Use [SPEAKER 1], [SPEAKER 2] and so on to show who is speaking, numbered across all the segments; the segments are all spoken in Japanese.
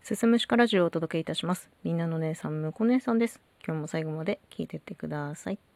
[SPEAKER 1] すすむしかラジオをお届けいたします。みんなの姉さん、むこ姉さんです。今日も最後まで聞いてってください。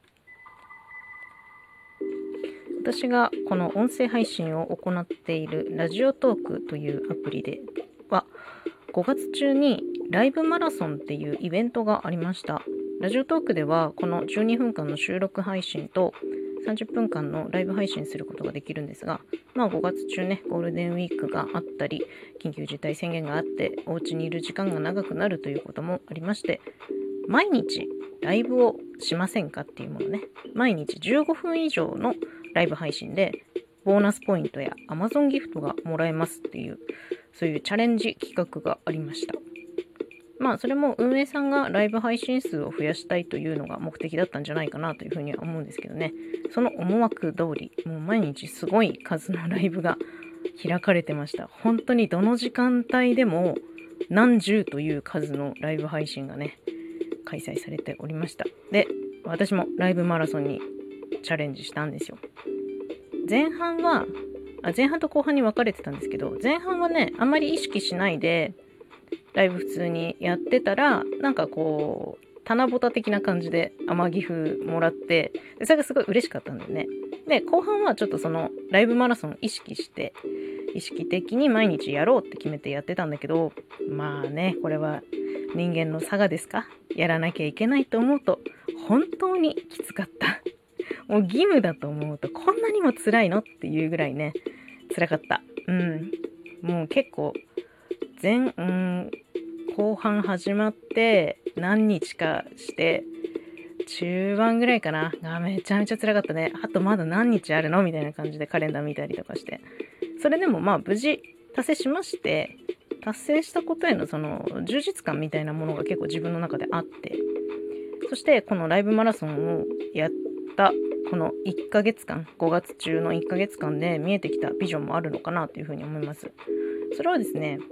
[SPEAKER 1] 私がこの音声配信を行っているラジオトークというアプリでは、5月中にライブマラソンっていうイベントがありました。ラジオトークではこの12分間の収録配信と30分間のライブ配信することができるんですが、5月中ね、ゴールデンウィークがあったり、緊急事態宣言があって、お家にいる時間が長くなるということもありまして、毎日ライブをしませんかっていうものね、毎日15分以上のライブ配信で、ボーナスポイントや Amazon ギフトがもらえますっていう、そういうチャレンジ企画がありました。それも運営さんがライブ配信数を増やしたいというのが目的だったんじゃないかなというふうには思うんですけどね。その思惑通り、もう毎日すごい数のライブが開かれてました。本当にどの時間帯でも何十という数のライブ配信がね、開催されておりました。で、私もライブマラソンにチャレンジしたんですよ。前半と後半に分かれてたんですけど、前半はね、あんまり意識しないで、ライブ普通にやってたら、棚ぼた的な感じで天城風もらって、それがすごい嬉しかったんだよね。で、後半はちょっとそのライブマラソン意識的に毎日やろうって決めてやってたんだけど、これは人間の差がですか？やらなきゃいけないと思うと、本当にきつかった。もう義務だと思うと、こんなにも辛いのっていうぐらいね、辛かった。もう結構、後半始まって何日かして中盤ぐらいかながめちゃめちゃ辛かったね。あとまだ何日あるのみたいな感じでカレンダー見たりとかして、それでも無事達成しまして、達成したことへのその充実感みたいなものが結構自分の中であって、そしてこのライブマラソンをやったこの1ヶ月間、5月中の1ヶ月間で見えてきたビジョンもあるのかなというふうに思います。それはですね、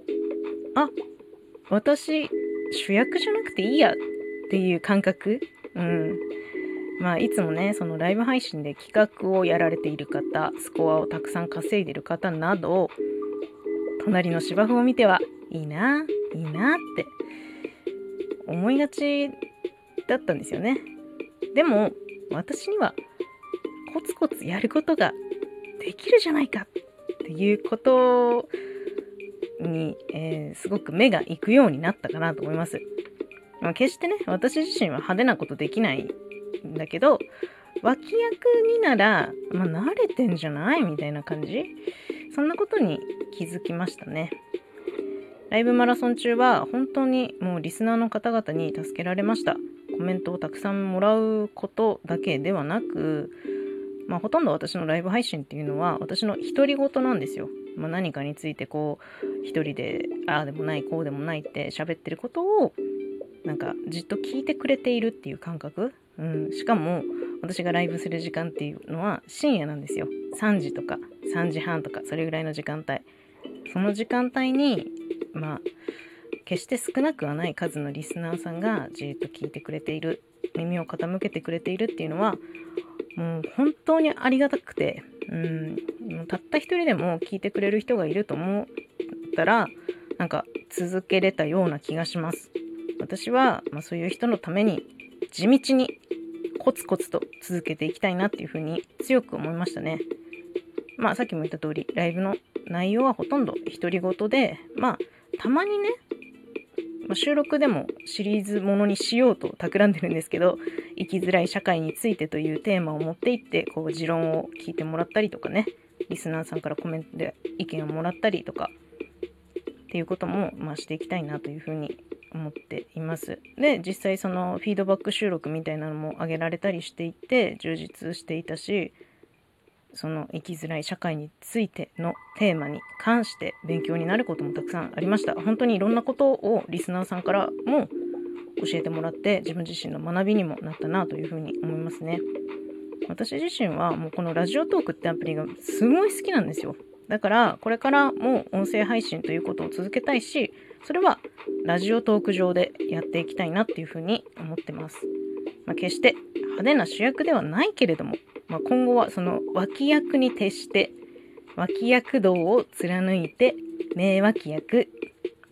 [SPEAKER 1] 私主役じゃなくていいやっていう感覚。いつもね、そのライブ配信で企画をやられている方、スコアをたくさん稼いでいる方など、隣の芝生を見てはいいなって思いがちだったんですよね。でも私にはコツコツやることができるじゃないかっていうことに、すごく目が行くようになったかなと思います。決してね、私自身は派手なことできないんだけど、脇役になら、慣れてんじゃないみたいな感じ、そんなことに気づきましたね。ライブマラソン中は本当にもうリスナーの方々に助けられました。コメントをたくさんもらうことだけではなく、ほとんど私のライブ配信っていうのは私の独り言なんですよ。何かについて一人でああでもないこうでもないって喋ってることをじっと聞いてくれているっていう感覚、しかも私がライブする時間っていうのは深夜なんですよ。3時とか3時半とかそれぐらいの時間帯、その時間帯に決して少なくはない数のリスナーさんがじっと聞いてくれている、耳を傾けてくれているっていうのはもう本当にありがたくて、たった一人でも聞いてくれる人がいると思ったら続けれたような気がします。私は、そういう人のために地道にコツコツと続けていきたいなっていうふうに強く思いましたね。さっきも言った通りライブの内容はほとんど独り言で、たまにね、収録でもシリーズものにしようと企んでるんですけど、生きづらい社会についてというテーマを持っていって持論を聞いてもらったりとかね、リスナーさんからコメントで意見をもらったりとかっていうこともしていきたいなというふうに思っています。で、実際そのフィードバック収録みたいなのも上げられたりしていて充実していたし、その生きづらい社会についてのテーマに関して勉強になることもたくさんありました。本当にいろんなことをリスナーさんからも教えてもらって自分自身の学びにもなったなというふうに思いますね。私自身はもうこのラジオトークってアプリがすごい好きなんですよ。だからこれからも音声配信ということを続けたいし、それはラジオトーク上でやっていきたいなっていうふうに思ってます。決して派手な主役ではないけれども、今後はその脇役に徹して脇役道を貫いて名脇役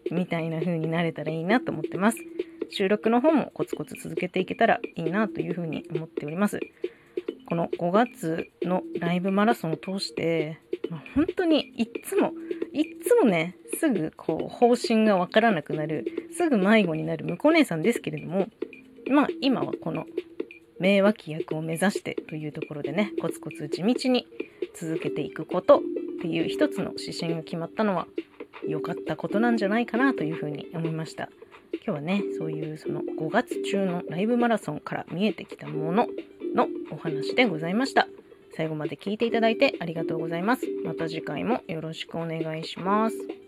[SPEAKER 1] みたいな風になれたらいいなと思ってます。収録の方もコツコツ続けていけたらいいなという風に思っております。この5月のライブマラソンを通して、本当にいっつもね、すぐ方針がわからなくなる、すぐ迷子になる向こう姉さんですけれども、今はこの名脇役を目指してというところでね、コツコツ地道に続けていくことっていう一つの指針が決まったのは良かったことなんじゃないかなというふうに思いました。今日はね、そういうその5月中のライブマラソンから見えてきたもののお話でございました。最後まで聞いていただいてありがとうございます。また次回もよろしくお願いします。